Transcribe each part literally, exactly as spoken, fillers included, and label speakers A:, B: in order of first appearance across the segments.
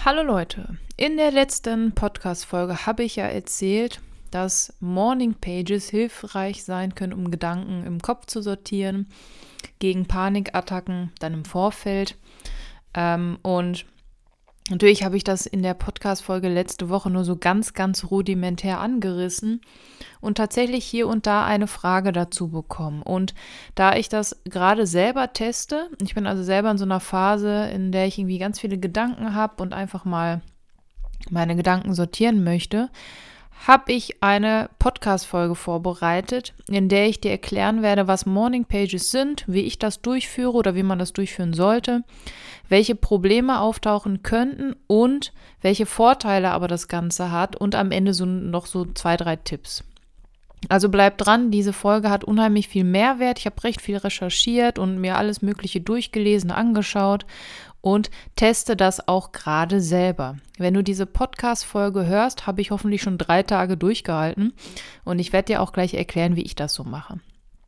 A: Hallo Leute, in der letzten Podcast-Folge habe ich ja erzählt, dass Morning Pages hilfreich sein können, um Gedanken im Kopf zu sortieren, gegen Panikattacken dann im Vorfeld. Ähm, und natürlich habe ich das in der Podcast-Folge letzte Woche nur so ganz, ganz rudimentär angerissen und tatsächlich hier und da eine Frage dazu bekommen. Und da ich das gerade selber teste, ich bin also selber in so einer Phase, in der ich irgendwie ganz viele Gedanken habe und einfach mal meine Gedanken sortieren möchte, habe ich eine Podcast-Folge vorbereitet, in der ich dir erklären werde, was Morning Pages sind, wie ich das durchführe oder wie man das durchführen sollte, welche Probleme auftauchen könnten und welche Vorteile aber das Ganze hat und am Ende so noch so zwei, drei Tipps. Also bleib dran, diese Folge hat unheimlich viel Mehrwert. Ich habe recht viel recherchiert und mir alles Mögliche durchgelesen, angeschaut und teste das auch gerade selber. Wenn du diese Podcast-Folge hörst, habe ich hoffentlich schon drei Tage durchgehalten und ich werde dir auch gleich erklären, wie ich das so mache.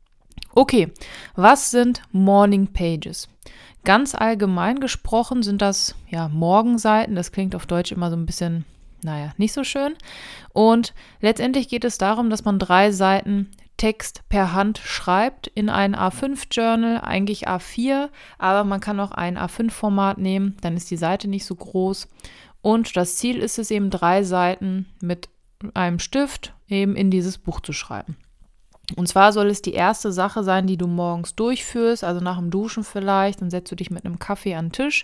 A: Okay, was sind Morning Pages? Ganz allgemein gesprochen sind das ja Morgenseiten. Das klingt auf Deutsch immer so ein bisschen, naja, nicht so schön. Und letztendlich geht es darum, dass man drei Seiten Text per Hand schreibt in ein A fünf Journal, eigentlich A vier, aber man kann auch ein A fünf Format nehmen, dann ist die Seite nicht so groß. Und das Ziel ist es eben, drei Seiten mit einem Stift eben in dieses Buch zu schreiben. Und zwar soll es die erste Sache sein, die du morgens durchführst, also nach dem Duschen vielleicht, dann setzt du dich mit einem Kaffee an den Tisch.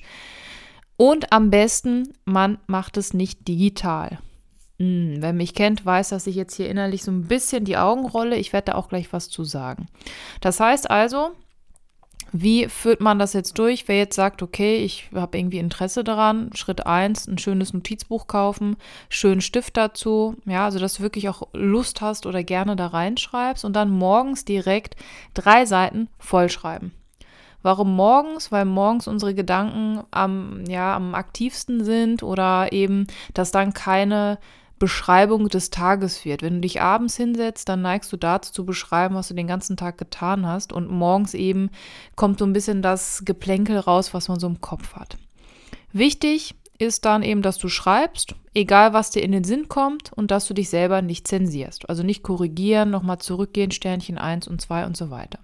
A: Und am besten, man macht es nicht digital. Hm, wer mich kennt, weiß, dass ich jetzt hier innerlich so ein bisschen die Augen rolle. Ich werde da auch gleich was zu sagen. Das heißt also, wie führt man das jetzt durch? Wer jetzt sagt, okay, ich habe irgendwie Interesse daran, Schritt eins, ein schönes Notizbuch kaufen, schönen Stift dazu, ja, also dass du wirklich auch Lust hast oder gerne da reinschreibst und dann morgens direkt drei Seiten vollschreiben. Warum morgens? Weil morgens unsere Gedanken am, ja, am aktivsten sind oder eben, dass dann keine Beschreibung des Tages wird. Wenn du dich abends hinsetzt, dann neigst du dazu zu beschreiben, was du den ganzen Tag getan hast und morgens eben kommt so ein bisschen das Geplänkel raus, was man so im Kopf hat. Wichtig ist dann eben, dass du schreibst, egal was dir in den Sinn kommt und dass du dich selber nicht zensierst. Also nicht korrigieren, nochmal zurückgehen, Sternchen eins und zwei und so weiter.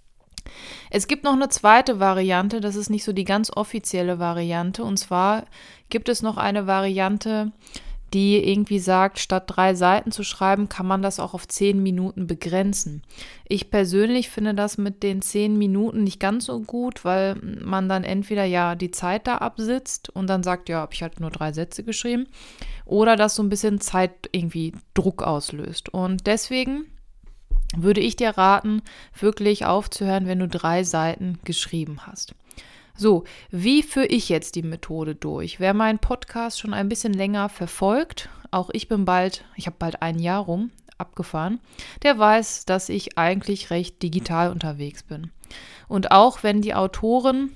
A: Es gibt noch eine zweite Variante, das ist nicht so die ganz offizielle Variante, und zwar gibt es noch eine Variante, die irgendwie sagt, statt drei Seiten zu schreiben, kann man das auch auf zehn Minuten begrenzen. Ich persönlich finde das mit den zehn Minuten nicht ganz so gut, weil man dann entweder ja die Zeit da absitzt und dann sagt, ja, habe ich halt nur drei Sätze geschrieben, oder das so ein bisschen Zeit irgendwie Druck auslöst. Und deswegen würde ich dir raten, wirklich aufzuhören, wenn du drei Seiten geschrieben hast. So, wie führe ich jetzt die Methode durch? Wer meinen Podcast schon ein bisschen länger verfolgt, auch ich bin bald, ich habe bald ein Jahr rum abgefahren, der weiß, dass ich eigentlich recht digital unterwegs bin. Und auch wenn die Autorin,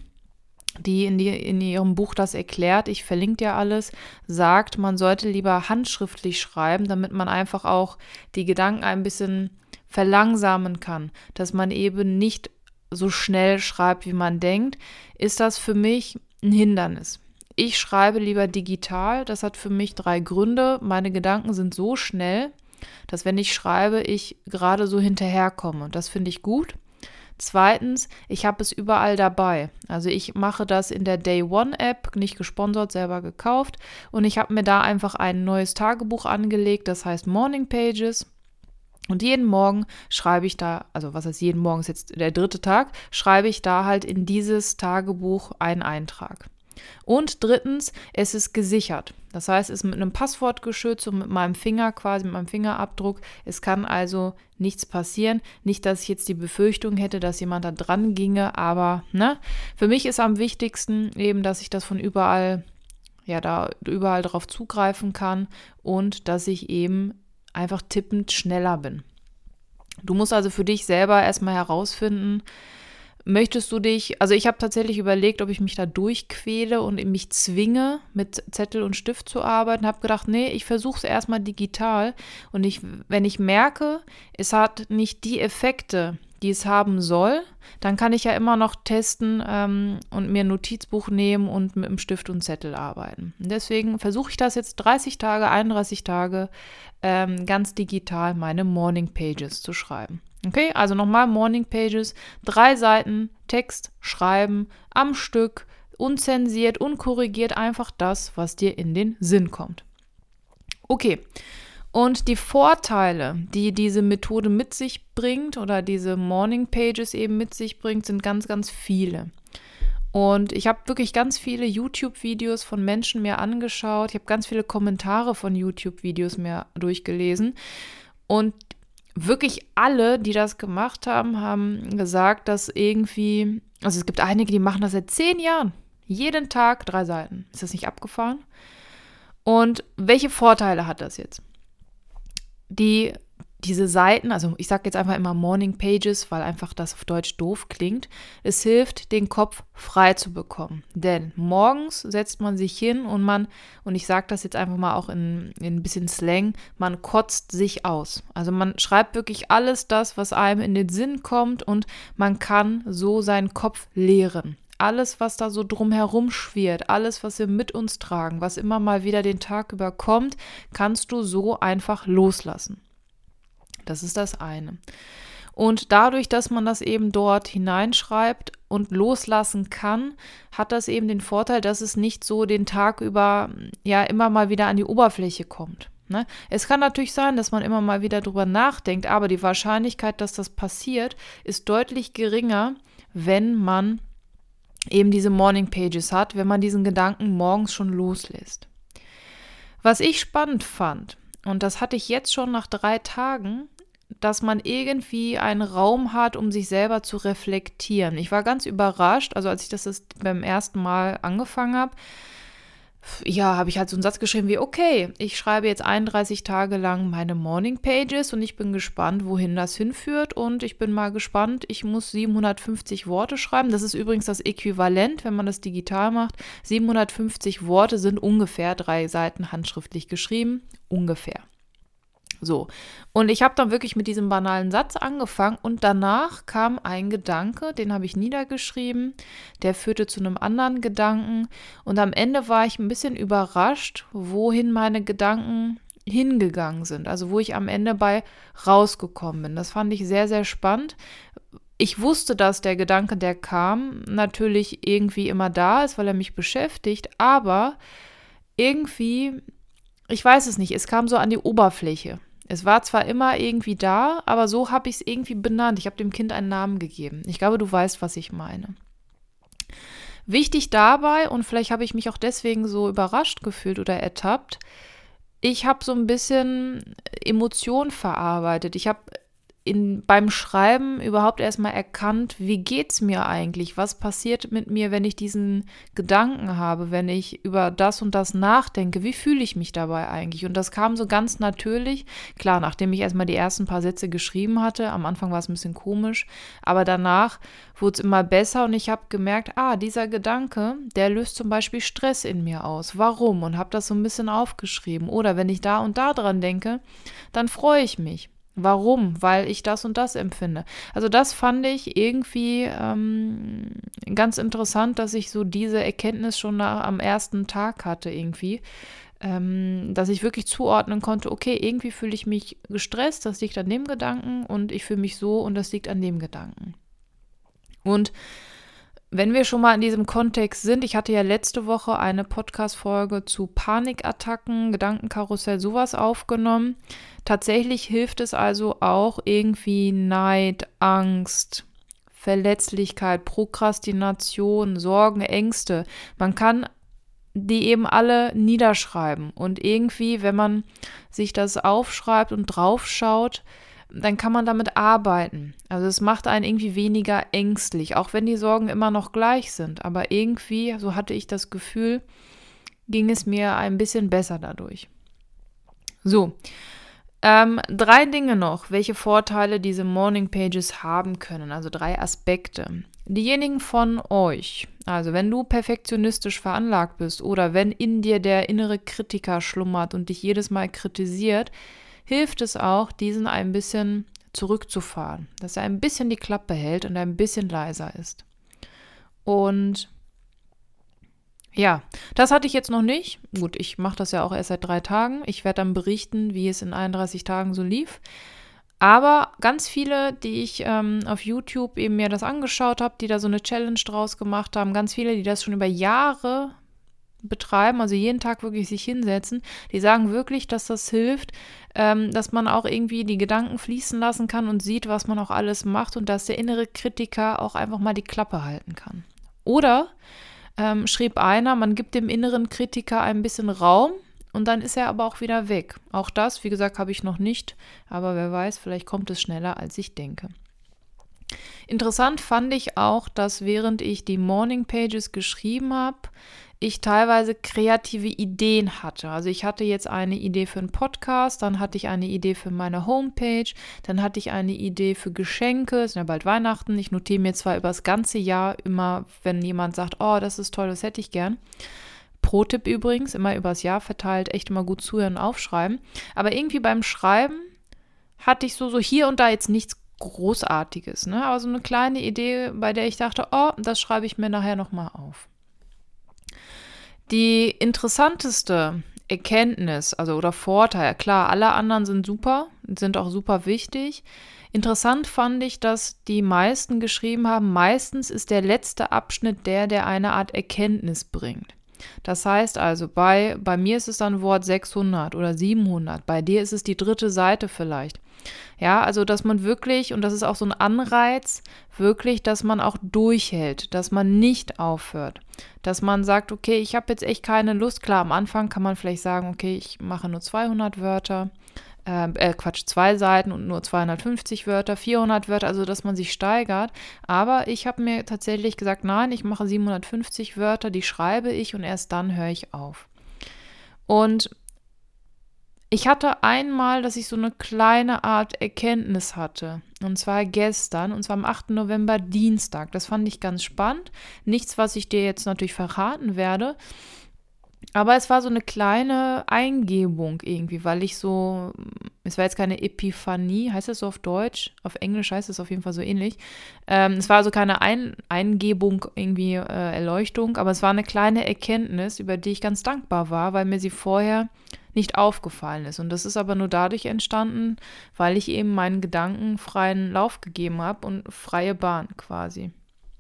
A: die in, die in ihrem Buch das erklärt, ich verlinke dir alles, sagt, man sollte lieber handschriftlich schreiben, damit man einfach auch die Gedanken ein bisschen verlangsamen kann, dass man eben nicht so schnell schreibt, wie man denkt, ist das für mich ein Hindernis. Ich schreibe lieber digital, das hat für mich drei Gründe. Meine Gedanken sind so schnell, dass wenn ich schreibe, ich gerade so hinterherkomme. Das finde ich gut. Zweitens, ich habe es überall dabei. Also ich mache das in der Day One App, nicht gesponsert, selber gekauft. Und ich habe mir da einfach ein neues Tagebuch angelegt, das heißt Morning Pages. Und jeden Morgen schreibe ich da, also was heißt jeden Morgen, ist jetzt der dritte Tag, schreibe ich da halt in dieses Tagebuch einen Eintrag. Und drittens, es ist gesichert. Das heißt, es ist mit einem Passwort geschützt und mit meinem Finger quasi, mit meinem Fingerabdruck. Es kann also nichts passieren. Nicht, dass ich jetzt die Befürchtung hätte, dass jemand da dran ginge, aber ne, für mich ist am wichtigsten eben, dass ich das von überall, ja, da überall drauf zugreifen kann und dass ich eben einfach tippend schneller bin. Du musst also für dich selber erstmal herausfinden, möchtest du dich, also ich habe tatsächlich überlegt, ob ich mich da durchquäle und mich zwinge, mit Zettel und Stift zu arbeiten, habe gedacht, nee, ich versuche es erstmal digital und ich, wenn ich merke, es hat nicht die Effekte, die es haben soll, dann kann ich ja immer noch testen ähm, und mir ein Notizbuch nehmen und mit dem Stift und Zettel arbeiten. Und deswegen versuche ich das jetzt dreißig Tage, einunddreißig Tage ähm, ganz digital meine Morning Pages zu schreiben. Okay, also nochmal Morning Pages, drei Seiten Text schreiben am Stück, unzensiert, unkorrigiert, einfach das, was dir in den Sinn kommt. Okay. Und die Vorteile, die diese Methode mit sich bringt oder diese Morning Pages eben mit sich bringt, sind ganz, ganz viele. Und ich habe wirklich ganz viele YouTube-Videos von Menschen mir angeschaut. Ich habe ganz viele Kommentare von YouTube-Videos mir durchgelesen. Und wirklich alle, die das gemacht haben, haben gesagt, dass irgendwie, also es gibt einige, die machen das seit zehn Jahren. Jeden Tag drei Seiten. Ist das nicht abgefahren? Und welche Vorteile hat das jetzt? Die, diese Seiten, also ich sage jetzt einfach immer Morning Pages, weil einfach das auf Deutsch doof klingt. Es hilft, den Kopf frei zu bekommen. Denn morgens setzt man sich hin und man, und ich sage das jetzt einfach mal auch in, in ein bisschen Slang, man kotzt sich aus. Also man schreibt wirklich alles das, was einem in den Sinn kommt und man kann so seinen Kopf leeren. Alles, was da so drumherum schwirrt, alles, was wir mit uns tragen, was immer mal wieder den Tag über kommt, kannst du so einfach loslassen. Das ist das eine. Und dadurch, dass man das eben dort hineinschreibt und loslassen kann, hat das eben den Vorteil, dass es nicht so den Tag über ja immer mal wieder an die Oberfläche kommt. Ne? Es kann natürlich sein, dass man immer mal wieder drüber nachdenkt, aber die Wahrscheinlichkeit, dass das passiert, ist deutlich geringer, wenn man eben diese Morning Pages hat, wenn man diesen Gedanken morgens schon loslässt. Was ich spannend fand, und das hatte ich jetzt schon nach drei Tagen, dass man irgendwie einen Raum hat, um sich selber zu reflektieren. Ich war ganz überrascht, also als ich das beim ersten Mal angefangen habe, ja, habe ich halt so einen Satz geschrieben wie, okay, ich schreibe jetzt einunddreißig Tage lang meine Morning Pages und ich bin gespannt, wohin das hinführt und ich bin mal gespannt, ich muss siebenhundertfünfzig Worte schreiben. Das ist übrigens das Äquivalent, wenn man das digital macht. siebenhundertfünfzig Worte sind ungefähr drei Seiten handschriftlich geschrieben, ungefähr. So, und ich habe dann wirklich mit diesem banalen Satz angefangen und danach kam ein Gedanke, den habe ich niedergeschrieben, der führte zu einem anderen Gedanken und am Ende war ich ein bisschen überrascht, wohin meine Gedanken hingegangen sind, also wo ich am Ende bei rausgekommen bin. Das fand ich sehr, sehr spannend. Ich wusste, dass der Gedanke, der kam, natürlich irgendwie immer da ist, weil er mich beschäftigt, aber irgendwie, ich weiß es nicht, es kam so an die Oberfläche. Es war zwar immer irgendwie da, aber so habe ich es irgendwie benannt. Ich habe dem Kind einen Namen gegeben. Ich glaube, du weißt, was ich meine. Wichtig dabei, und vielleicht habe ich mich auch deswegen so überrascht gefühlt oder ertappt, ich habe so ein bisschen Emotionen verarbeitet. Ich habe in, beim Schreiben überhaupt erstmal erkannt, wie geht's mir eigentlich? Was passiert mit mir, wenn ich diesen Gedanken habe, wenn ich über das und das nachdenke? Wie fühle ich mich dabei eigentlich? Und das kam so ganz natürlich. Klar, nachdem ich erstmal die ersten paar Sätze geschrieben hatte, am Anfang war es ein bisschen komisch, aber danach wurde es immer besser und ich habe gemerkt, ah, dieser Gedanke, der löst zum Beispiel Stress in mir aus. Warum? Und habe das so ein bisschen aufgeschrieben. Oder wenn ich da und da dran denke, dann freue ich mich. Warum? Weil ich das und das empfinde. Also das fand ich irgendwie ähm, ganz interessant, dass ich so diese Erkenntnis schon nach, am ersten Tag hatte irgendwie, ähm, dass ich wirklich zuordnen konnte, okay, irgendwie fühle ich mich gestresst, das liegt an dem Gedanken und ich fühle mich so und das liegt an dem Gedanken. Und wenn wir schon mal in diesem Kontext sind, ich hatte ja letzte Woche eine Podcast-Folge zu Panikattacken, Gedankenkarussell, sowas aufgenommen. Tatsächlich hilft es also auch irgendwie Neid, Angst, Verletzlichkeit, Prokrastination, Sorgen, Ängste. Man kann die eben alle niederschreiben und irgendwie, wenn man sich das aufschreibt und draufschaut, dann kann man damit arbeiten. Also es macht einen irgendwie weniger ängstlich, auch wenn die Sorgen immer noch gleich sind. Aber irgendwie, so hatte ich das Gefühl, ging es mir ein bisschen besser dadurch. So, ähm, drei Dinge noch, welche Vorteile diese Morning Pages haben können. Also drei Aspekte. Diejenigen von euch, also wenn du perfektionistisch veranlagt bist oder wenn in dir der innere Kritiker schlummert und dich jedes Mal kritisiert, hilft es auch, diesen ein bisschen zurückzufahren, dass er ein bisschen die Klappe hält und ein bisschen leiser ist. Und ja, das hatte ich jetzt noch nicht. Gut, ich mache das ja auch erst seit drei Tagen. Ich werde dann berichten, wie es in einunddreißig Tagen so lief. Aber ganz viele, die ich ähm, auf YouTube eben mir das angeschaut habe, die da so eine Challenge draus gemacht haben, ganz viele, die das schon über Jahre betreiben, also jeden Tag wirklich sich hinsetzen, die sagen wirklich, dass das hilft, ähm, dass man auch irgendwie die Gedanken fließen lassen kann und sieht, was man auch alles macht und dass der innere Kritiker auch einfach mal die Klappe halten kann. Oder ähm, schrieb einer, man gibt dem inneren Kritiker ein bisschen Raum und dann ist er aber auch wieder weg. Auch das, wie gesagt, habe ich noch nicht, aber wer weiß, vielleicht kommt es schneller, als ich denke. Interessant fand ich auch, dass während ich die Morning Pages geschrieben habe, ich teilweise kreative Ideen hatte. Also ich hatte jetzt eine Idee für einen Podcast, dann hatte ich eine Idee für meine Homepage, dann hatte ich eine Idee für Geschenke, es ist ja bald Weihnachten, ich notiere mir zwar über das ganze Jahr immer, wenn jemand sagt, oh, das ist toll, das hätte ich gern. Pro-Tipp übrigens, immer übers Jahr verteilt, echt immer gut zuhören und aufschreiben. Aber irgendwie beim Schreiben hatte ich so, so hier und da jetzt nichts Großartiges, ne? Aber so eine kleine Idee, bei der ich dachte, oh, das schreibe ich mir nachher nochmal auf. Die interessanteste Erkenntnis, also oder Vorteil, klar, alle anderen sind super, sind auch super wichtig. Interessant fand ich, dass die meisten geschrieben haben, meistens ist der letzte Abschnitt der, der eine Art Erkenntnis bringt. Das heißt also, bei, bei mir ist es dann Wort sechshundert oder siebenhundert, bei dir ist es die dritte Seite vielleicht. Ja, also dass man wirklich, und das ist auch so ein Anreiz, wirklich, dass man auch durchhält, dass man nicht aufhört, dass man sagt, okay, ich habe jetzt echt keine Lust. Klar, am Anfang kann man vielleicht sagen, okay, ich mache nur zweihundert Wörter, äh, äh, Quatsch, zwei Seiten und nur zweihundertfünfzig Wörter, vierhundert Wörter, also dass man sich steigert. Aber ich habe mir tatsächlich gesagt, nein, ich mache siebenhundertfünfzig Wörter, die schreibe ich und erst dann höre ich auf. Und ich hatte einmal, dass ich so eine kleine Art Erkenntnis hatte. Und zwar gestern, und zwar am achten November, Dienstag. Das fand ich ganz spannend. Nichts, was ich dir jetzt natürlich verraten werde. Aber es war so eine kleine Eingebung irgendwie, weil ich so, es war jetzt keine Epiphanie, heißt das so auf Deutsch? Auf Englisch heißt es auf jeden Fall so ähnlich. Ähm, es war also keine Ein- Eingebung, irgendwie äh, Erleuchtung, aber es war eine kleine Erkenntnis, über die ich ganz dankbar war, weil mir sie vorher nicht aufgefallen ist. Und das ist aber nur dadurch entstanden, weil ich eben meinen Gedanken freien Lauf gegeben habe und freie Bahn quasi.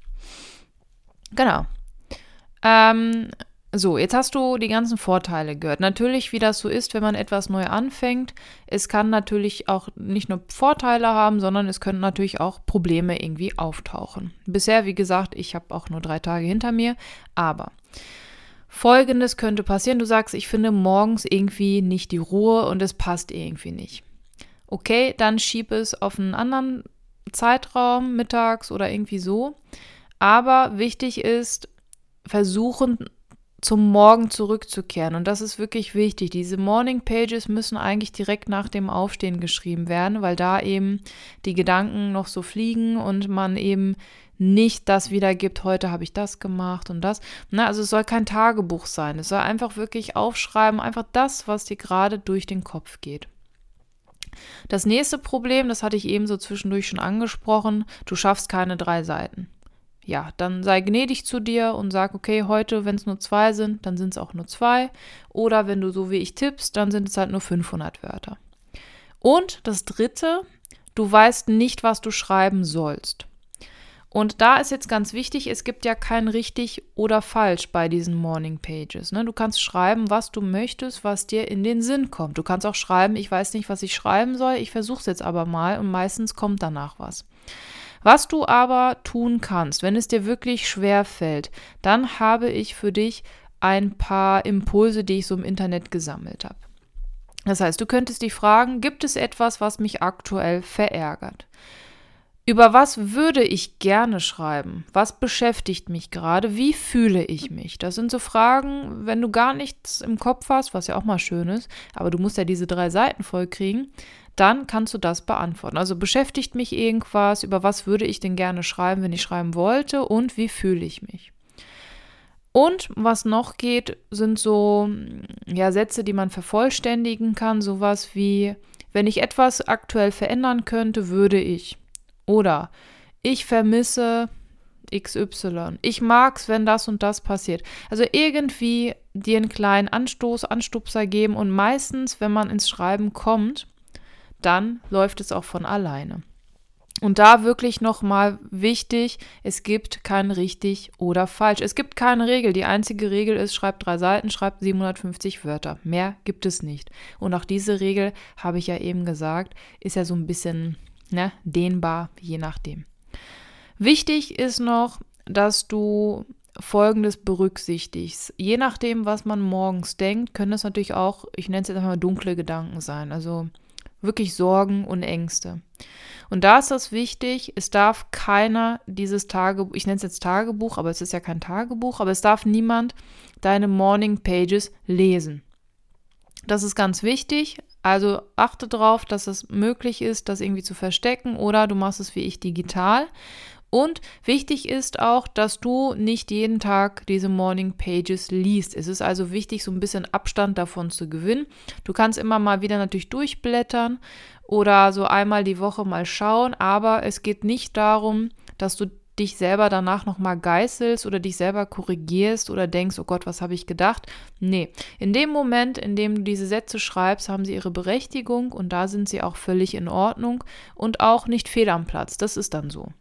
A: Genau. Ähm, So, jetzt hast du die ganzen Vorteile gehört. Natürlich, wie das so ist, wenn man etwas neu anfängt, es kann natürlich auch nicht nur Vorteile haben, sondern es können natürlich auch Probleme irgendwie auftauchen. Bisher, wie gesagt, ich habe auch nur drei Tage hinter mir, aber Folgendes könnte passieren. Du sagst, ich finde morgens irgendwie nicht die Ruhe und es passt irgendwie nicht. Okay, dann schieb es auf einen anderen Zeitraum, mittags oder irgendwie so. Aber wichtig ist, versuchen, zum Morgen zurückzukehren. Und das ist wirklich wichtig. Diese Morning Pages müssen eigentlich direkt nach dem Aufstehen geschrieben werden, weil da eben die Gedanken noch so fliegen und man eben nicht das wiedergibt, heute habe ich das gemacht und das. Na, also es soll kein Tagebuch sein. Es soll einfach wirklich aufschreiben, einfach das, was dir gerade durch den Kopf geht. Das nächste Problem, das hatte ich eben so zwischendurch schon angesprochen, du schaffst keine drei Seiten. Ja, dann sei gnädig zu dir und sag, okay, heute, wenn es nur zwei sind, dann sind es auch nur zwei. Oder wenn du so wie ich tippst, dann sind es halt nur fünfhundert Wörter. Und das Dritte, du weißt nicht, was du schreiben sollst. Und da ist jetzt ganz wichtig, es gibt ja kein richtig oder falsch bei diesen Morning Pages. Ne? Du kannst schreiben, was du möchtest, was dir in den Sinn kommt. Du kannst auch schreiben, ich weiß nicht, was ich schreiben soll, ich versuche es jetzt aber mal und meistens kommt danach was. Was du aber tun kannst, wenn es dir wirklich schwer fällt, dann habe ich für dich ein paar Impulse, die ich so im Internet gesammelt habe. Das heißt, du könntest dich fragen, gibt es etwas, was mich aktuell verärgert? Über was würde ich gerne schreiben? Was beschäftigt mich gerade? Wie fühle ich mich? Das sind so Fragen, wenn du gar nichts im Kopf hast, was ja auch mal schön ist, aber du musst ja diese drei Seiten voll kriegen, dann kannst du das beantworten. Also beschäftigt mich irgendwas, über was würde ich denn gerne schreiben, wenn ich schreiben wollte und wie fühle ich mich? Und was noch geht, sind so ja, Sätze, die man vervollständigen kann, sowas wie wenn ich etwas aktuell verändern könnte, würde ich. Oder ich vermisse X Y. Ich mag es, wenn das und das passiert. Also irgendwie dir einen kleinen Anstoß, Anstupser geben und meistens, wenn man ins Schreiben kommt, dann läuft es auch von alleine. Und da wirklich nochmal wichtig, es gibt kein richtig oder falsch. Es gibt keine Regel. Die einzige Regel ist, schreib drei Seiten, schreib siebenhundertfünfzig Wörter. Mehr gibt es nicht. Und auch diese Regel, habe ich ja eben gesagt, ist ja so ein bisschen ne, dehnbar, je nachdem. Wichtig ist noch, dass du Folgendes berücksichtigst. Je nachdem, was man morgens denkt, können es natürlich auch, ich nenne es jetzt einfach mal dunkle Gedanken sein. Also wirklich Sorgen und Ängste. Und da ist das wichtig, es darf keiner dieses Tagebuch, ich nenne es jetzt Tagebuch, aber es ist ja kein Tagebuch, aber es darf niemand deine Morning Pages lesen. Das ist ganz wichtig, also achte darauf, dass es möglich ist, das irgendwie zu verstecken oder du machst es wie ich digital. Und wichtig ist auch, dass du nicht jeden Tag diese Morning Pages liest. Es ist also wichtig, so ein bisschen Abstand davon zu gewinnen. Du kannst immer mal wieder natürlich durchblättern oder so einmal die Woche mal schauen, aber es geht nicht darum, dass du dich selber danach nochmal geißelst oder dich selber korrigierst oder denkst, oh Gott, was habe ich gedacht? Nee, in dem Moment, in dem du diese Sätze schreibst, haben sie ihre Berechtigung und da sind sie auch völlig in Ordnung und auch nicht fehl am Platz. Das ist dann so.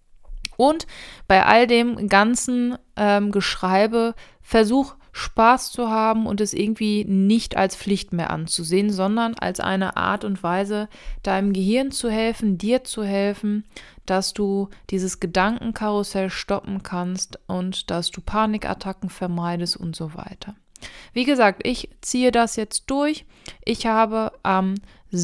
A: Und bei all dem ganzen ähm, Geschreibe, versuch Spaß zu haben und es irgendwie nicht als Pflicht mehr anzusehen, sondern als eine Art und Weise, deinem Gehirn zu helfen, dir zu helfen, dass du dieses Gedankenkarussell stoppen kannst und dass du Panikattacken vermeidest und so weiter. Wie gesagt, ich ziehe das jetzt durch. Ich habe am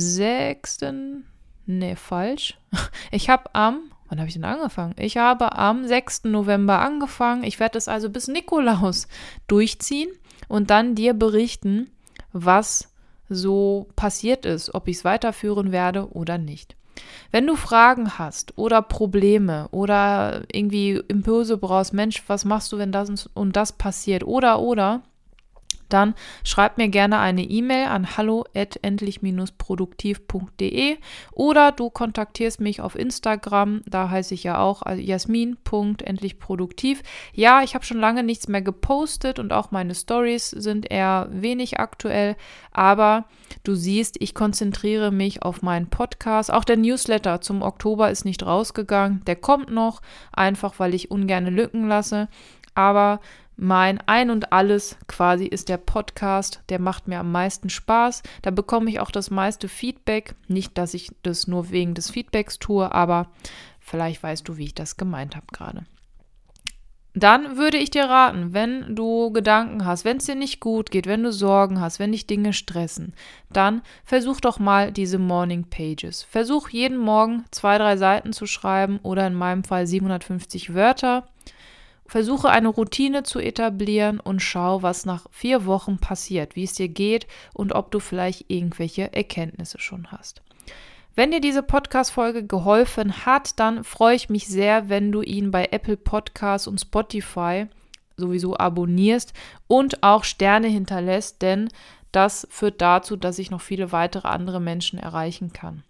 A: sechsten Nee, falsch. Ich habe am Wann habe ich denn angefangen? Ich habe am sechsten November angefangen. Ich werde es also bis Nikolaus durchziehen und dann dir berichten, was so passiert ist, ob ich es weiterführen werde oder nicht. Wenn du Fragen hast oder Probleme oder irgendwie Impulse brauchst, Mensch, was machst du, wenn das und das passiert oder oder, dann schreib mir gerne eine E-Mail an hallo at endlich produktiv punkt de oder du kontaktierst mich auf Instagram, da heiße ich ja auch jasmin punkt endlich produktiv. Ja, ich habe schon lange nichts mehr gepostet und auch meine Stories sind eher wenig aktuell, aber du siehst, ich konzentriere mich auf meinen Podcast. Auch der Newsletter zum Oktober ist nicht rausgegangen, der kommt noch, einfach weil ich ungern Lücken lasse, aber mein Ein und Alles quasi ist der Podcast, der macht mir am meisten Spaß. Da bekomme ich auch das meiste Feedback. Nicht, dass ich das nur wegen des Feedbacks tue, aber vielleicht weißt du, wie ich das gemeint habe gerade. Dann würde ich dir raten, wenn du Gedanken hast, wenn es dir nicht gut geht, wenn du Sorgen hast, wenn dich Dinge stressen, dann versuch doch mal diese Morning Pages. Versuch jeden Morgen zwei, drei Seiten zu schreiben oder in meinem Fall siebenhundertfünfzig Wörter. Versuche eine Routine zu etablieren und schau, was nach vier Wochen passiert, wie es dir geht und ob du vielleicht irgendwelche Erkenntnisse schon hast. Wenn dir diese Podcast-Folge geholfen hat, dann freue ich mich sehr, wenn du ihn bei Apple Podcasts und Spotify sowieso abonnierst und auch Sterne hinterlässt, denn das führt dazu, dass ich noch viele weitere andere Menschen erreichen kann.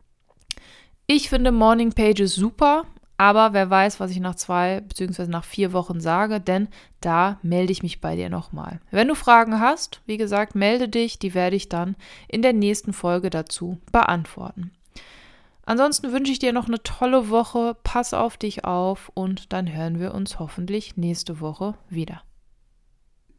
A: Ich finde Morning Pages super. Aber wer weiß, was ich nach zwei bzw. nach vier Wochen sage, denn da melde ich mich bei dir nochmal. Wenn du Fragen hast, wie gesagt, melde dich, die werde ich dann in der nächsten Folge dazu beantworten. Ansonsten wünsche ich dir noch eine tolle Woche, pass auf dich auf und dann hören wir uns hoffentlich nächste Woche wieder.